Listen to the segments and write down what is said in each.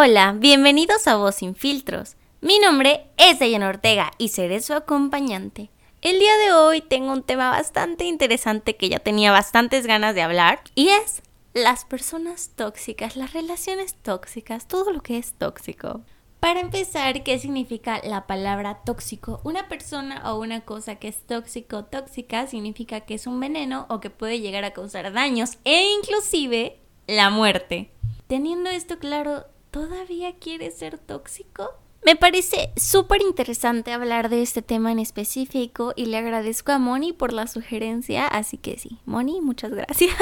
Hola, bienvenidos a Voz Sin Filtros. Mi nombre es Dayana Ortega y seré su acompañante. El día de hoy tengo un tema bastante interesante que ya tenía bastantes ganas de hablar y es las personas tóxicas, las relaciones tóxicas, todo lo que es tóxico. Para empezar, ¿qué significa la palabra tóxico? Una persona o una cosa que es tóxico o tóxica significa que es un veneno o que puede llegar a causar daños e inclusive la muerte. Teniendo esto claro, ¿todavía quieres ser tóxico? Me parece súper interesante hablar de este tema en específico y le agradezco a Moni por la sugerencia, así que sí, Moni, muchas gracias.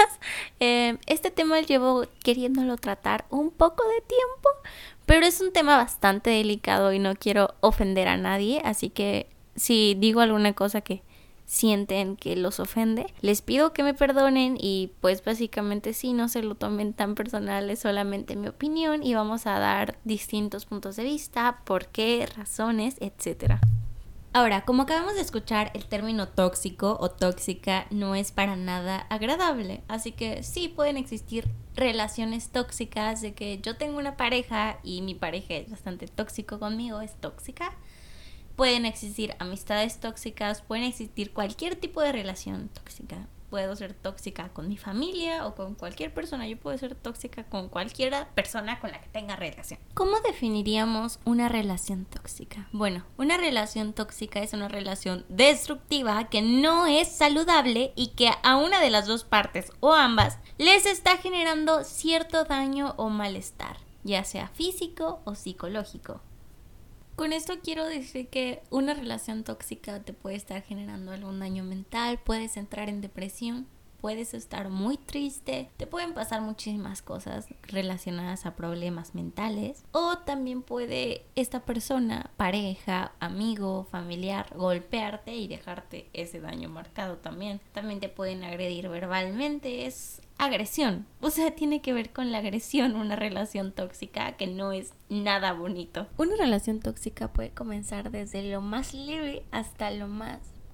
Este tema llevo queriéndolo tratar un poco de tiempo, pero es un tema bastante delicado y no quiero ofender a nadie, así que si digo alguna cosa que sienten que los ofende, les pido que me perdonen y pues básicamente sí, no se lo tomen tan personal, es solamente mi opinión y vamos a dar distintos puntos de vista, por qué, razones, etc. Ahora, como acabamos de escuchar, el término tóxico o tóxica no es para nada agradable, así que sí pueden existir relaciones tóxicas de que yo tengo una pareja y mi pareja es bastante tóxico conmigo, es tóxica. Pueden existir amistades tóxicas, pueden existir cualquier tipo de relación tóxica. Puedo ser tóxica con mi familia o con cualquier persona. Yo puedo ser tóxica con cualquier persona con la que tenga relación. ¿Cómo definiríamos una relación tóxica? Bueno, una relación tóxica es una relación destructiva que no es saludable y que a una de las dos partes o ambas les está generando cierto daño o malestar, ya sea físico o psicológico. Con esto quiero decir que una relación tóxica te puede estar generando algún daño mental, puedes entrar en depresión, puedes estar muy triste, te pueden pasar muchísimas cosas relacionadas a problemas mentales o también puede esta persona, pareja, amigo, familiar, golpearte y dejarte ese daño marcado también. También te pueden agredir verbalmente, es agresión, o sea, tiene que ver con la agresión, una relación tóxica que no es nada bonito. Una relación tóxica puede comenzar desde lo más leve hasta lo más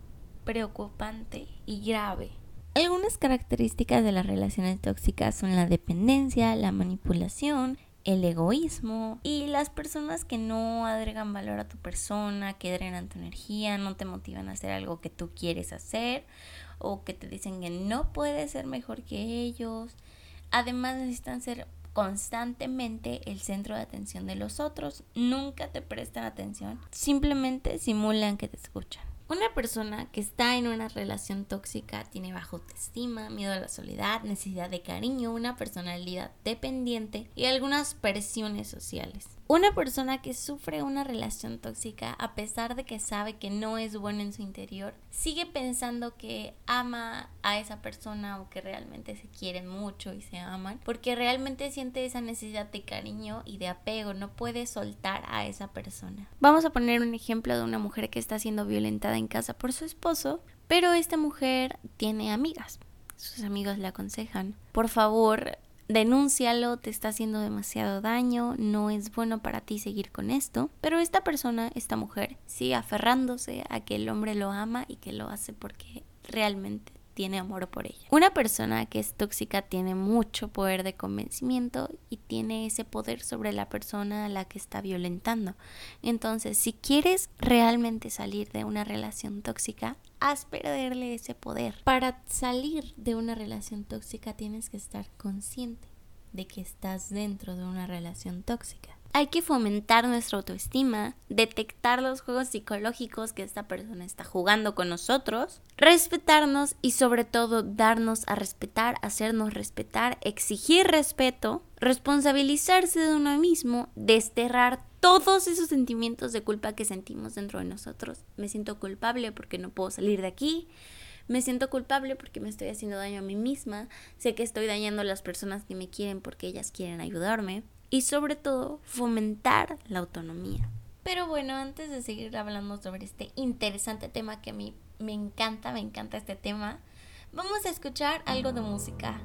preocupante y grave. Algunas características de las relaciones tóxicas son la dependencia, la manipulación, el egoísmo y las personas que no agregan valor a tu persona, que drenan tu energía, no te motivan a hacer algo que tú quieres hacer o que te dicen que no puedes ser mejor que ellos. Además necesitan ser constantemente el centro de atención de los otros, nunca te prestan atención, simplemente simulan que te escuchan. Una persona que está en una relación tóxica tiene baja autoestima, miedo a la soledad, necesidad de cariño, una personalidad dependiente y algunas presiones sociales. Una persona que sufre una relación tóxica, a pesar de que sabe que no es bueno en su interior, sigue pensando que ama a esa persona o que realmente se quieren mucho y se aman, porque realmente siente esa necesidad de cariño y de apego, no puede soltar a esa persona. Vamos a poner un ejemplo de una mujer que está siendo violentada en casa por su esposo, pero esta mujer tiene amigas. Sus amigos le aconsejan: por favor, denúncialo, te está haciendo demasiado daño, no es bueno para ti seguir con esto. Pero esta persona, esta mujer, sigue aferrándose a que el hombre lo ama y que lo hace porque realmente tiene amor por ella. Una persona que es tóxica tiene mucho poder de convencimiento y tiene ese poder sobre la persona a la que está violentando. Entonces, si quieres realmente salir de una relación tóxica, haz perderle ese poder. Para salir de una relación tóxica tienes que estar consciente de que estás dentro de una relación tóxica. Hay que fomentar nuestra autoestima, detectar los juegos psicológicos que esta persona está jugando con nosotros, respetarnos y sobre todo darnos a respetar, hacernos respetar, exigir respeto, responsabilizarse de uno mismo, desterrar todos esos sentimientos de culpa que sentimos dentro de nosotros. Me siento culpable porque no puedo salir de aquí. Me siento culpable porque me estoy haciendo daño a mí misma. Sé que estoy dañando a las personas que me quieren porque ellas quieren ayudarme. Y sobre todo, fomentar la autonomía. Pero bueno, antes de seguir hablando sobre este interesante tema que a mí me encanta este tema, vamos a escuchar algo de música.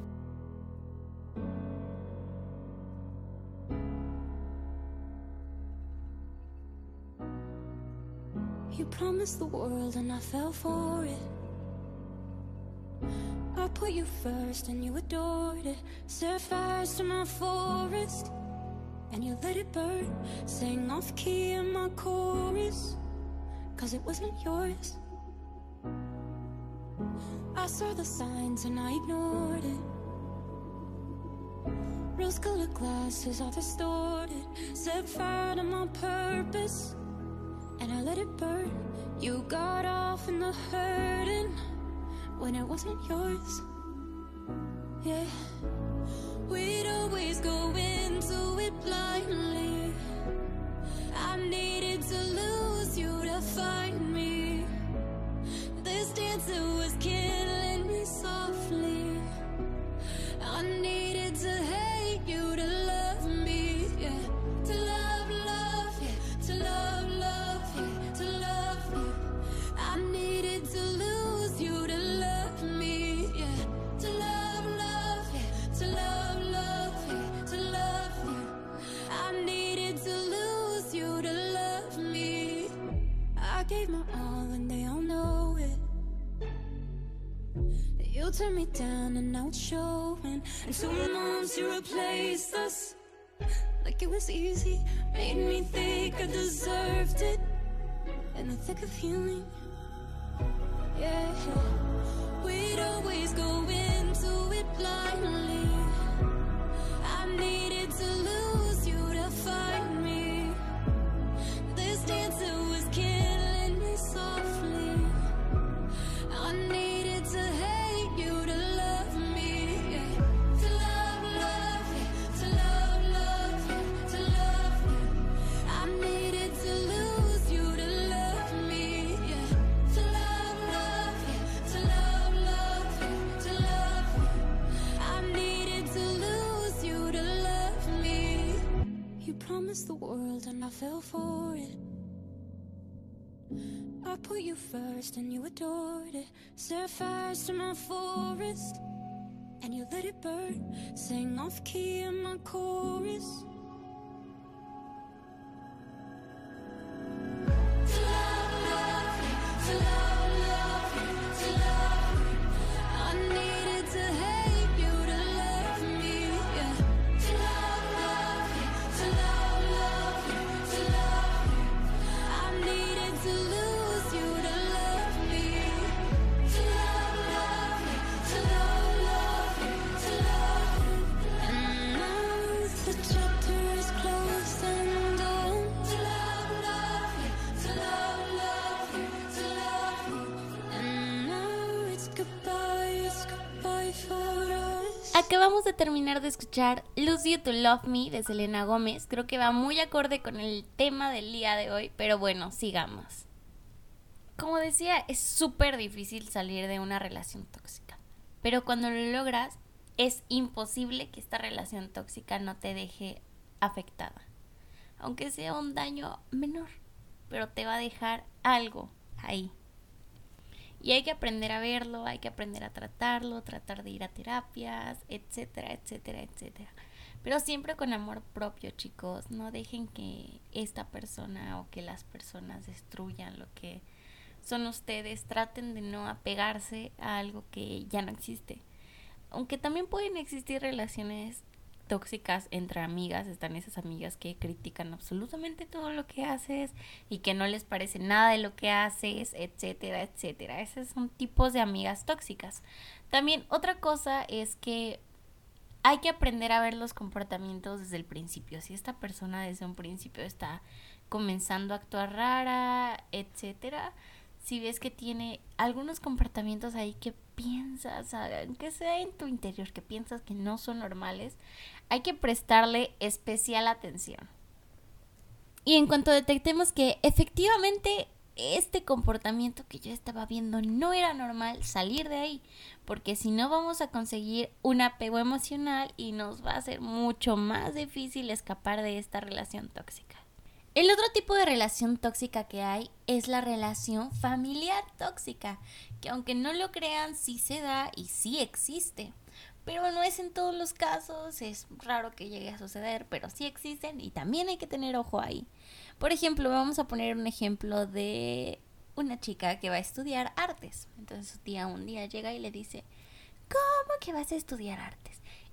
You promised the world and I fell for it. I put you first and you adored it. Set fires to my forest. and you let it burn. Sang off key in my chorus, 'cause it wasn't yours. I saw the signs and I ignored it. Rose-colored glasses all distorted. Set fire to my purpose, and I let it burn. You got off in the hurting when it wasn't yours. Yeah, we'd always go into it blindly. I needed to lose you to find me. This dancer was killing me softly. I needed to hate you to love me, yeah. To love, love, yeah. To love, love, yeah. To love you. I needed to lose you to love me, yeah. To love, love, yeah. To love, love, yeah. To love you. I needed to lose you to love me. I gave my all and they all know it. You turned me down and now it's showing. And 2 months you replaced us like it was easy. Made me think I deserved it in the thick of healing. Yeah, we'd always go into it blindly. I needed to lose you to find me. This dancer was killing me softly. I needed to hate you to love me, yeah. To love, love, yeah. To love, love, yeah. To love you. I needed to lose you to love me, yeah. To love, love, yeah. To love, love, yeah. To love you. I needed to lose you to love me. You promised the world and I fell for it. I put you first and you adored it. Set fires to my forest, and you let it burn. Sang off key in my chorus. To love, love, yeah. To love, love, yeah. To love you. I needed to hate you to love me, yeah. To love, love, yeah. To love, love, yeah. To love you. I needed to lose you to love me. To love, love, yeah. To love, love, yeah. To love you. And now the chapter is closed and done. To love, love, yeah. To love, love, yeah. To love you. And now it's goodbye for us. Acabamos de terminar de escuchar Lose You to Love Me de Selena Gómez. Creo que va muy acorde con el tema del día de hoy, pero bueno, sigamos. Como decía, es súper difícil salir de una relación tóxica, pero cuando lo logras, es imposible que esta relación tóxica no te deje afectada, aunque sea un daño menor, pero te va a dejar algo ahí. Y hay que aprender a verlo, hay que aprender a tratarlo, tratar de ir a terapias, etcétera, etcétera, etcétera. Pero siempre con amor propio, chicos. No dejen que esta persona o que las personas destruyan lo que son ustedes. Traten de no apegarse a algo que ya no existe. Aunque también pueden existir relaciones tóxicas entre amigas. Están esas amigas que critican absolutamente todo lo que haces y que no les parece nada de lo que haces, etcétera, etcétera. Esos son tipos de amigas tóxicas. También otra cosa es que hay que aprender a ver los comportamientos desde el principio. Si esta persona desde un principio está comenzando a actuar rara, etcétera, si ves que tiene algunos comportamientos ahí que piensas, aunque sea en tu interior, que piensas que no son normales, hay que prestarle especial atención. Y en cuanto detectemos que efectivamente este comportamiento que yo estaba viendo no era normal, salir de ahí, porque si no vamos a conseguir un apego emocional y nos va a ser mucho más difícil escapar de esta relación tóxica. El otro tipo de relación tóxica que hay es la relación familiar tóxica, que aunque no lo crean, sí se da y sí existe. Pero no es en todos los casos, es raro que llegue a suceder, pero sí existen y también hay que tener ojo ahí. Por ejemplo, vamos a poner un ejemplo de una chica que va a estudiar artes. Entonces su tía un día llega y le dice, ¿cómo que vas a estudiar artes?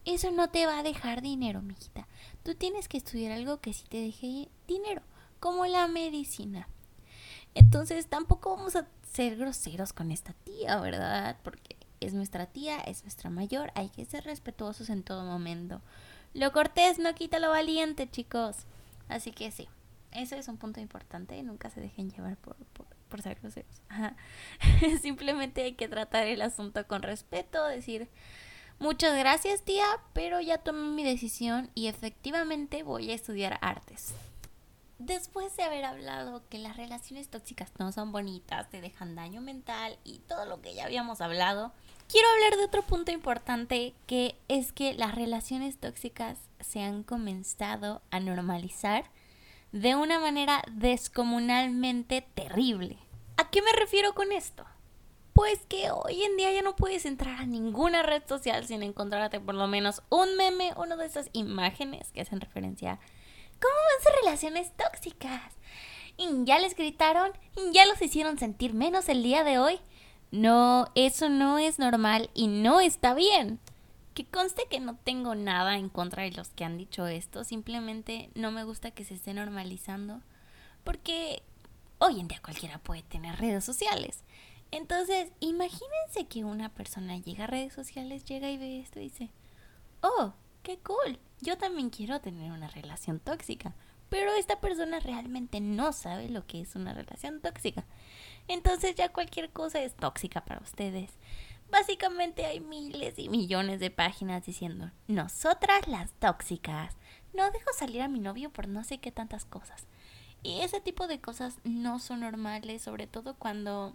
eso no te va a dejar dinero, mijita. Tú tienes que estudiar algo que sí te deje dinero, como la medicina. Entonces tampoco vamos a ser groseros con esta tía, ¿verdad? Porque es nuestra tía, es nuestra mayor, hay que ser respetuosos en todo momento. Lo cortés no quita lo valiente, chicos. Así que sí, eso es un punto importante, nunca se dejen llevar por ser groseros. Ajá. Simplemente hay que tratar el asunto con respeto, decir muchas gracias tía, pero ya tomé mi decisión y efectivamente voy a estudiar artes. Después de haber hablado que las relaciones tóxicas no son bonitas, te dejan daño mental y todo lo que ya habíamos hablado, quiero hablar de otro punto importante, que es que las relaciones tóxicas se han comenzado a normalizar de una manera descomunalmente terrible. ¿A qué me refiero con esto? Pues que hoy en día ya no puedes entrar a ninguna red social sin encontrarte por lo menos un meme, una de esas imágenes que hacen referencia a ¿cómo van sus relaciones tóxicas? ¿Y ya les gritaron? ¿Y ya los hicieron sentir menos el día de hoy? No, eso no es normal y no está bien. Que conste que no tengo nada en contra de los que han dicho esto, simplemente no me gusta que se esté normalizando, porque hoy en día cualquiera puede tener redes sociales. Entonces, imagínense que una persona llega a redes sociales, llega y ve esto y dice, oh, qué cool, yo también quiero tener una relación tóxica, pero esta persona realmente no sabe lo que es una relación tóxica. Entonces ya cualquier cosa es tóxica para ustedes. Básicamente hay miles y millones de páginas diciendo, nosotras las tóxicas, no dejo salir a mi novio por no sé qué tantas cosas. Y ese tipo de cosas no son normales, sobre todo cuando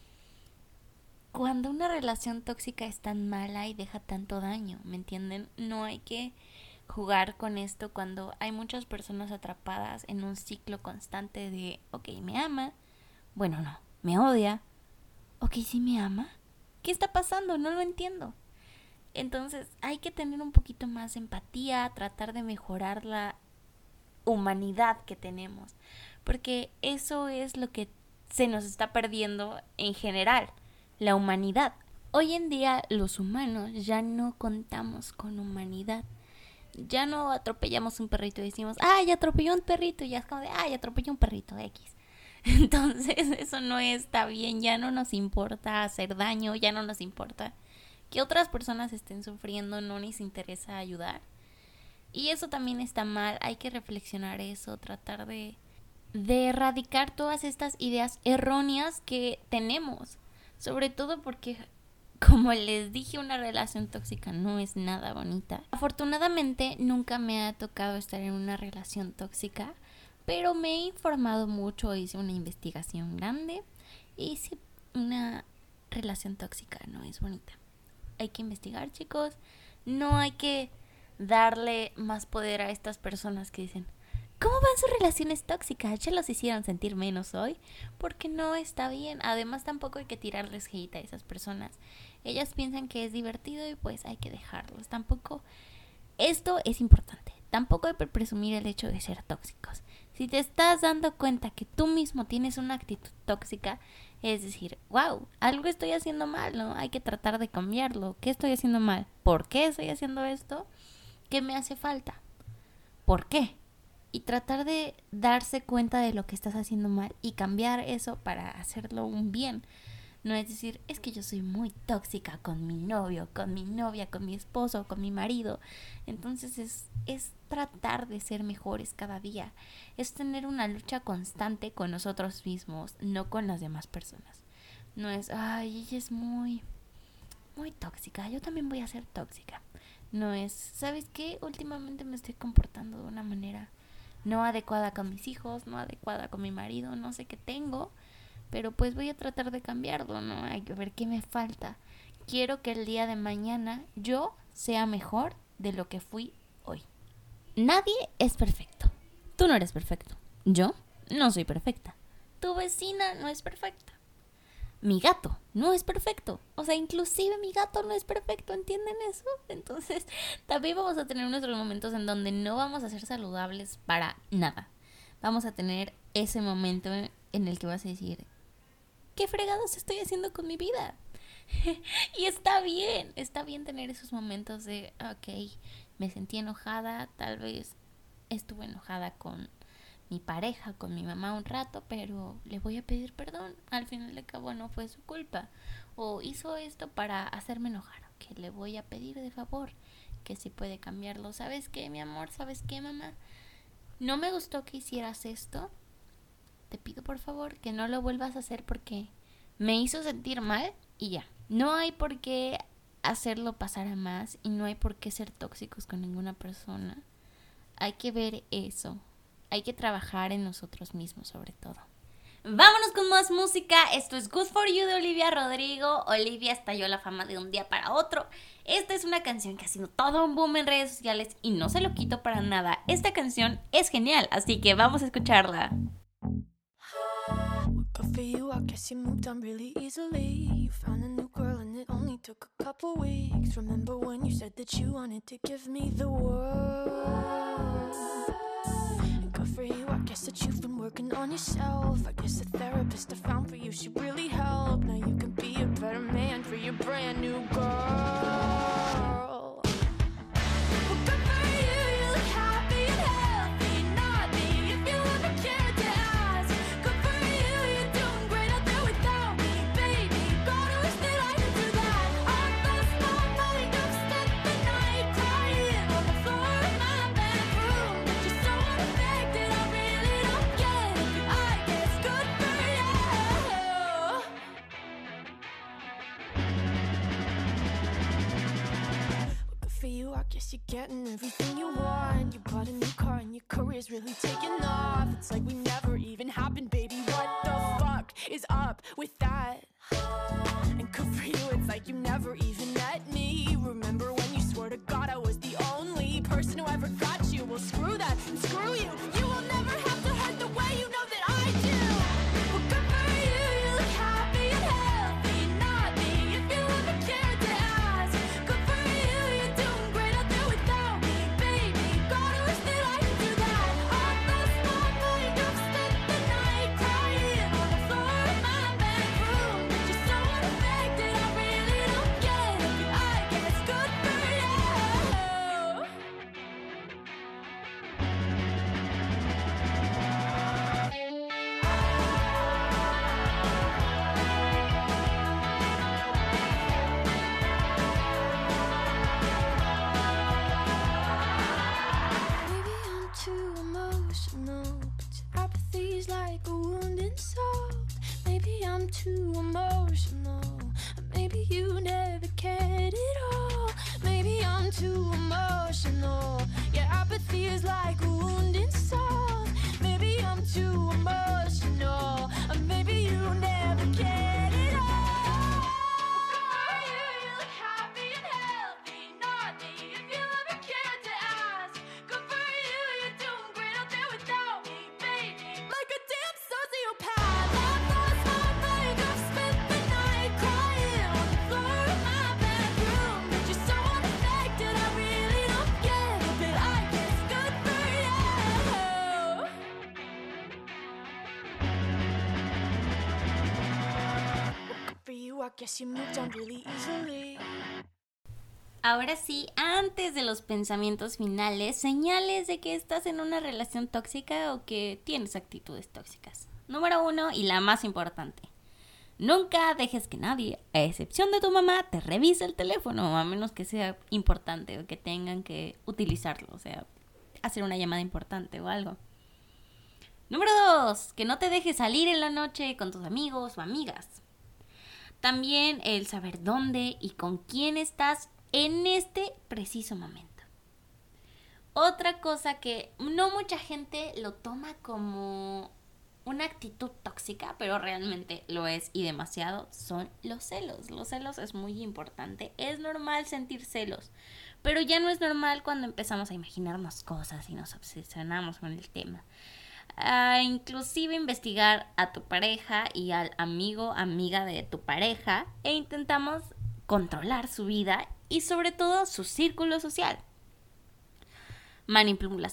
una relación tóxica es tan mala y deja tanto daño, ¿me entienden? No hay que jugar con esto cuando hay muchas personas atrapadas en un ciclo constante de, ok, me ama, bueno, no, me odia, ok, sí me ama, ¿qué está pasando? No lo entiendo. Entonces hay que tener un poquito más de empatía, tratar de mejorar la humanidad que tenemos, porque eso es lo que se nos está perdiendo en general, la humanidad. Hoy en día los humanos ya no contamos con humanidad. Ya no atropellamos un perrito y decimos, ¡ay, atropelló un perrito! Y ya es como de, ¡ay, atropelló un perrito X! Entonces eso no está bien, ya no nos importa hacer daño, ya no nos importa que otras personas estén sufriendo, no nos interesa ayudar. Y eso también está mal, hay que reflexionar eso, tratar de erradicar todas estas ideas erróneas que tenemos. Sobre todo porque, como les dije, una relación tóxica no es nada bonita. Afortunadamente nunca me ha tocado estar en una relación tóxica, pero me he informado mucho, hice una investigación grande y sí, una relación tóxica no es bonita. Hay que investigar, chicos, no hay que darle más poder a estas personas que dicen, ¿cómo van sus relaciones tóxicas? ¿Ya los hicieron sentir menos hoy? Porque no está bien. Además tampoco hay que tirarles hate a esas personas. Ellas piensan que es divertido y pues hay que dejarlos. Tampoco, esto es importante. Tampoco hay que presumir el hecho de ser tóxicos. Si te estás dando cuenta que tú mismo tienes una actitud tóxica, es decir, wow, algo estoy haciendo mal, ¿no? Hay que tratar de cambiarlo. ¿Qué estoy haciendo mal? ¿Por qué estoy haciendo esto? ¿Qué me hace falta? ¿Por qué? Y tratar de darse cuenta de lo que estás haciendo mal y cambiar eso para hacerlo un bien. No es decir, es que yo soy muy tóxica con mi novio, con mi novia, con mi esposo, con mi marido. Entonces es tratar de ser mejores cada día. Es tener una lucha constante con nosotros mismos, no con las demás personas. No es, ay, ella es muy tóxica, yo también voy a ser tóxica. No es, ¿sabes qué? Últimamente me estoy comportando de una manera no adecuada con mis hijos, no adecuada con mi marido, no sé qué tengo, pero pues voy a tratar de cambiarlo, ¿no? Hay que ver qué me falta. Quiero que el día de mañana yo sea mejor de lo que fui hoy. Nadie es perfecto. Tú no eres perfecto. Yo no soy perfecta. Tu vecina no es perfecta. Mi gato no es perfecto. O sea, inclusive mi gato no es perfecto, ¿entienden eso? Entonces, también vamos a tener nuestros momentos en donde no vamos a ser saludables para nada. Vamos a tener ese momento en el que vas a decir, ¿qué fregados estoy haciendo con mi vida? Y está bien tener esos momentos de, ok, me sentí enojada, tal vez estuve enojada con mi pareja, con mi mamá un rato, pero le voy a pedir perdón. Al final de cabo no fue su culpa. O hizo esto para hacerme enojar, que le voy a pedir de favor, que si puede cambiarlo. ¿Sabes qué, mi amor? ¿Sabes qué, mamá? No me gustó que hicieras esto. Te pido por favor que no lo vuelvas a hacer porque me hizo sentir mal y ya. No hay por qué hacerlo pasar a más y no hay por qué ser tóxicos con ninguna persona. Hay que ver eso. Hay que trabajar en nosotros mismos sobre todo. Vámonos con más música. Esto es Good For You de Olivia Rodrigo. Olivia estalló la fama de un día para otro. Esta es una canción que ha sido todo un boom en redes sociales y no se lo quito para nada. Esta canción es genial, así que vamos a escucharla. Good for you, I guess you moved on really easily. You found a new girl and it only took a couple weeks. Remember when you said that you wanted to give me the world? And good for you, I guess that you've been working on yourself. I guess the therapist I found for you should really help. Now you can be a better man for your brand new girl. Well, good for you, you look happy and healthy. Not me, if you ever cared to ask. Good for you, you're doing great out there without me, baby. God, I wish that I could do that. I've lost my mind, I've spent the night crying on the floor of my bedroom. But you're so unaffected, I really don't get it. But I guess good for you. Good for you, I guess you're getting everything you want. You bought a new car and your career's really taking off. It's like we never even happened, baby. What the fuck is up with that? And good for you, it's like you never even met me. Remember when you swore to God I was the only person who ever got you? Well, screw that and screw you. You will never have to hurt the way you know that I do. Well, good for you, you look happy and healthy. Not me, if you ever cared to ask. Good for you, you're doing great out there without me, baby. God, I wish that I could do that. I've lost my mind, I've spent the night crying on the floor of my bedroom. But you're so unaffected, I really don't get it. But I guess good for you. Maybe I'm too emotional, but your apathy's like a wounded soul. Maybe I'm too emotional, maybe you never cared at all. Maybe I'm too emotional, your apathy is like a wounded soul. Maybe I'm too emotional, maybe you never cared at all. You look happy and healthy, not me, if you ever cared to ask. Good for you, you're doing great out there without me, baby. Like a damn sociopath, I've lost my mind, I've spent the night crying on the floor of my bedroom. But you're so unaffected, I really don't get it. But I guess good for you. Good for you, I guess you moved on really easily. Ahora sí, antes de los pensamientos finales, señales de que estás en una relación tóxica o que tienes actitudes tóxicas. Número 1 y la más importante. Nunca dejes que nadie, a excepción de tu mamá, te revise el teléfono, a menos que sea importante o que tengan que utilizarlo, o sea, hacer una llamada importante o algo. Número 2, que no te dejes salir en la noche con tus amigos o amigas. También el saber dónde y con quién estás en este preciso momento. Otra cosa que no mucha gente lo toma como una actitud tóxica, pero realmente lo es y demasiado, son los celos. Los celos es muy importante. Es normal sentir celos, pero ya no es normal cuando empezamos a imaginarnos cosas y nos obsesionamos con el tema. Inclusive investigar a tu pareja y al amigo, amiga de tu pareja e intentamos controlar su vida y sobre todo su círculo social. Manipulación.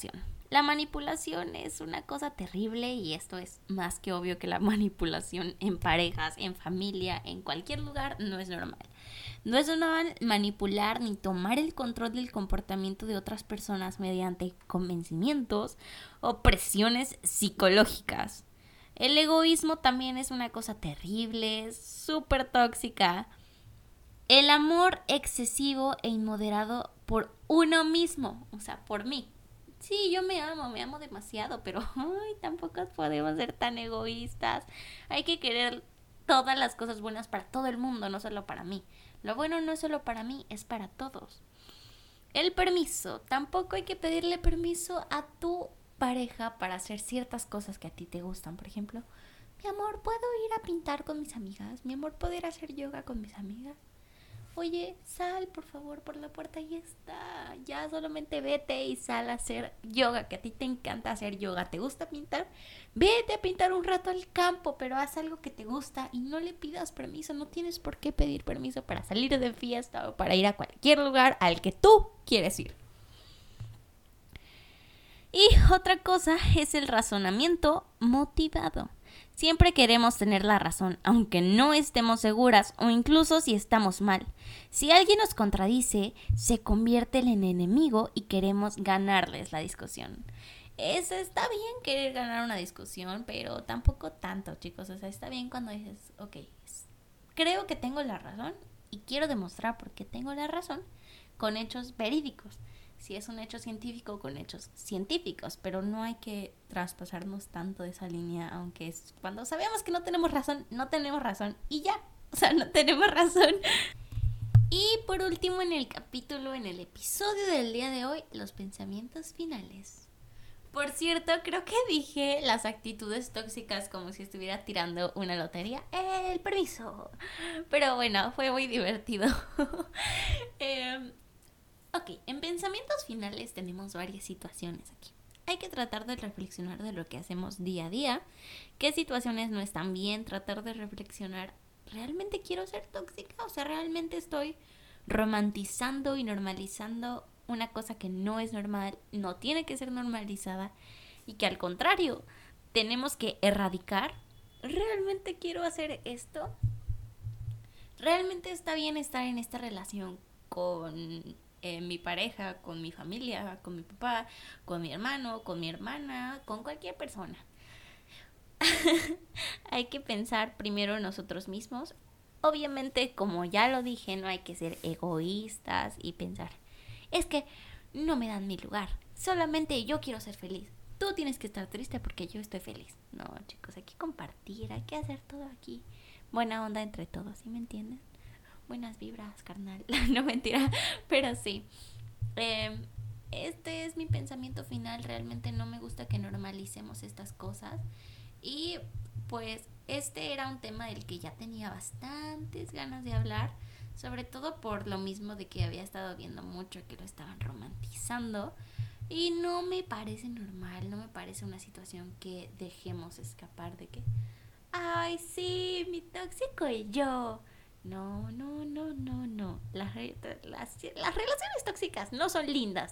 La manipulación es una cosa terrible y esto es más que obvio que la manipulación en parejas, en familia, en cualquier lugar no es normal. No es normal manipular ni tomar el control del comportamiento de otras personas mediante convencimientos o presiones psicológicas. El egoísmo también es una cosa terrible, súper tóxica. El amor excesivo e inmoderado por uno mismo, o sea, por mí. Sí, yo me amo demasiado, pero tampoco podemos ser tan egoístas. Hay que querer todas las cosas buenas para todo el mundo, no solo para mí. Lo bueno no es solo para mí, es para todos. El permiso. Tampoco hay que pedirle permiso a tu pareja para hacer ciertas cosas que a ti te gustan. Por ejemplo, mi amor, ¿puedo ir a pintar con mis amigas? Mi amor, ¿puedo ir a hacer yoga con mis amigas? Oye, sal por favor por la puerta y está. Ya solamente vete y sal a hacer yoga, que a ti te encanta hacer yoga. ¿Te gusta pintar? Vete a pintar un rato al campo, pero haz algo que te gusta y no le pidas permiso. No tienes por qué pedir permiso para salir de fiesta o para ir a cualquier lugar al que tú quieres ir. Y otra cosa es el razonamiento motivado. Siempre queremos tener la razón, aunque no estemos seguras o incluso si estamos mal. Si alguien nos contradice, se convierte en el enemigo y queremos ganarles la discusión. Está bien querer ganar una discusión, pero tampoco tanto, chicos. O sea, está bien cuando dices, ok, creo que tengo la razón y quiero demostrar por qué tengo la razón con hechos verídicos. Si es un hecho científico, con hechos científicos, pero no hay que traspasarnos tanto de esa línea, aunque es cuando sabemos que no tenemos razón y ya, o sea, no tenemos razón. Y por último en el episodio del día de hoy, los pensamientos finales. Por cierto, creo que dije las actitudes tóxicas como si estuviera tirando una lotería. El permiso. Pero bueno, fue muy divertido. Ok, en pensamientos finales tenemos varias situaciones aquí. Hay que tratar de reflexionar de lo que hacemos día a día, qué situaciones no están bien, tratar de reflexionar, ¿realmente quiero ser tóxica? O sea, ¿realmente estoy romantizando y normalizando una cosa que no es normal, no tiene que ser normalizada y que al contrario, tenemos que erradicar? ¿Realmente quiero hacer esto? ¿Realmente está bien estar en esta relación con mi pareja, con mi familia, con mi papá, con mi hermano, con mi hermana, con cualquier persona? Hay que pensar primero en nosotros mismos. Obviamente, como ya lo dije, no hay que ser egoístas y pensar, es que no me dan mi lugar, solamente yo quiero ser feliz. Tú tienes que estar triste porque yo estoy feliz. No, chicos, hay que compartir, hay que hacer todo aquí. Buena onda entre todos, ¿sí me entienden? Buenas vibras, carnal. No, mentira, pero sí. Este es mi pensamiento final. Realmente no me gusta que normalicemos estas cosas. Y pues este era un tema del que ya tenía bastantes ganas de hablar. Sobre todo por lo mismo de que había estado viendo mucho que lo estaban romantizando. Y no me parece normal, no me parece una situación que dejemos escapar de que, ay, sí, mi tóxico y yo. No. Las relaciones tóxicas no son lindas.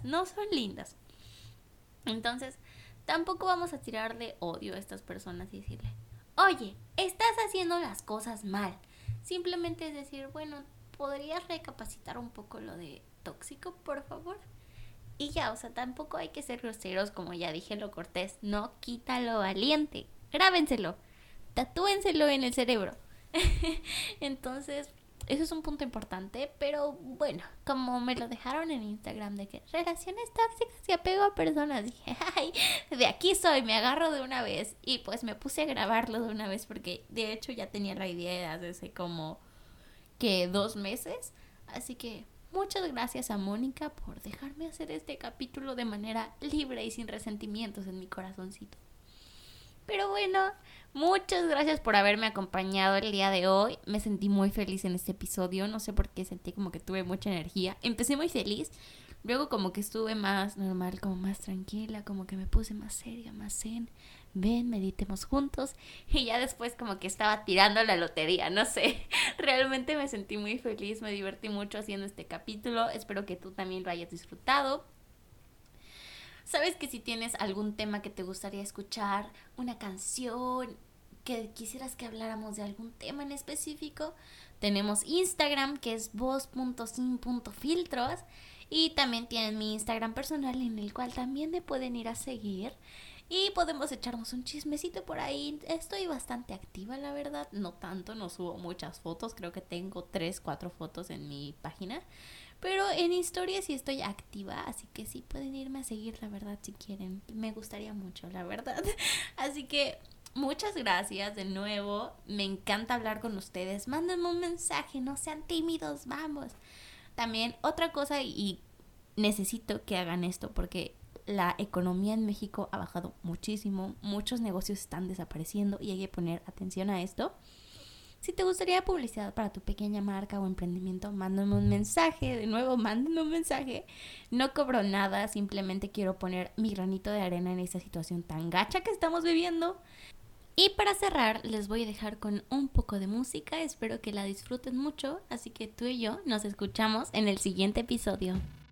Entonces, tampoco vamos a tirarle odio a estas personas y decirle, oye, estás haciendo las cosas mal. Simplemente es decir, bueno, ¿podrías recapacitar un poco lo de tóxico, por favor? Y ya, o sea, tampoco hay que ser groseros, como ya dije, lo cortés. No quita lo valiente. Grábenselo. Tatúenselo en el cerebro. Entonces, eso es un punto importante, pero bueno, como me lo dejaron en Instagram de que relaciones tóxicas y apego a personas, dije, ay, de aquí soy, me agarro de una vez. Y pues me puse a grabarlo de una vez porque de hecho ya tenía la idea desde hace como que 2 meses. Así que muchas gracias a Mónica por dejarme hacer este capítulo de manera libre y sin resentimientos en mi corazoncito. Pero bueno, muchas gracias por haberme acompañado el día de hoy. Me sentí muy feliz en este episodio. No sé por qué sentí como que tuve mucha energía. Empecé muy feliz. Luego como que estuve más normal, como más tranquila. Como que me puse más seria, más zen. Ven, meditemos juntos. Y ya después como que estaba tirando la lotería. No sé. Realmente me sentí muy feliz. Me divertí mucho haciendo este capítulo. Espero que tú también lo hayas disfrutado. Sabes que si tienes algún tema que te gustaría escuchar, una canción, que quisieras que habláramos de algún tema en específico, tenemos Instagram, que es voz.sin.filtros, y también tienen mi Instagram personal, en el cual también me pueden ir a seguir y podemos echarnos un chismecito por ahí. Estoy bastante activa, la verdad, no tanto, no subo muchas fotos, creo que tengo 3, 4 fotos en mi página, pero en historias sí estoy activa, así que sí pueden irme a seguir, la verdad, si quieren. Me gustaría mucho, la verdad. Así que muchas gracias de nuevo. Me encanta hablar con ustedes. Mándenme un mensaje, no sean tímidos, vamos. También otra cosa, y necesito que hagan esto porque la economía en México ha bajado muchísimo. Muchos negocios están desapareciendo y hay que poner atención a esto. Si te gustaría publicidad para tu pequeña marca o emprendimiento, mándame un mensaje. De nuevo, mándame un mensaje. No cobro nada, simplemente quiero poner mi granito de arena en esta situación tan gacha que estamos viviendo. Y para cerrar, les voy a dejar con un poco de música. Espero que la disfruten mucho. Así que tú y yo nos escuchamos en el siguiente episodio.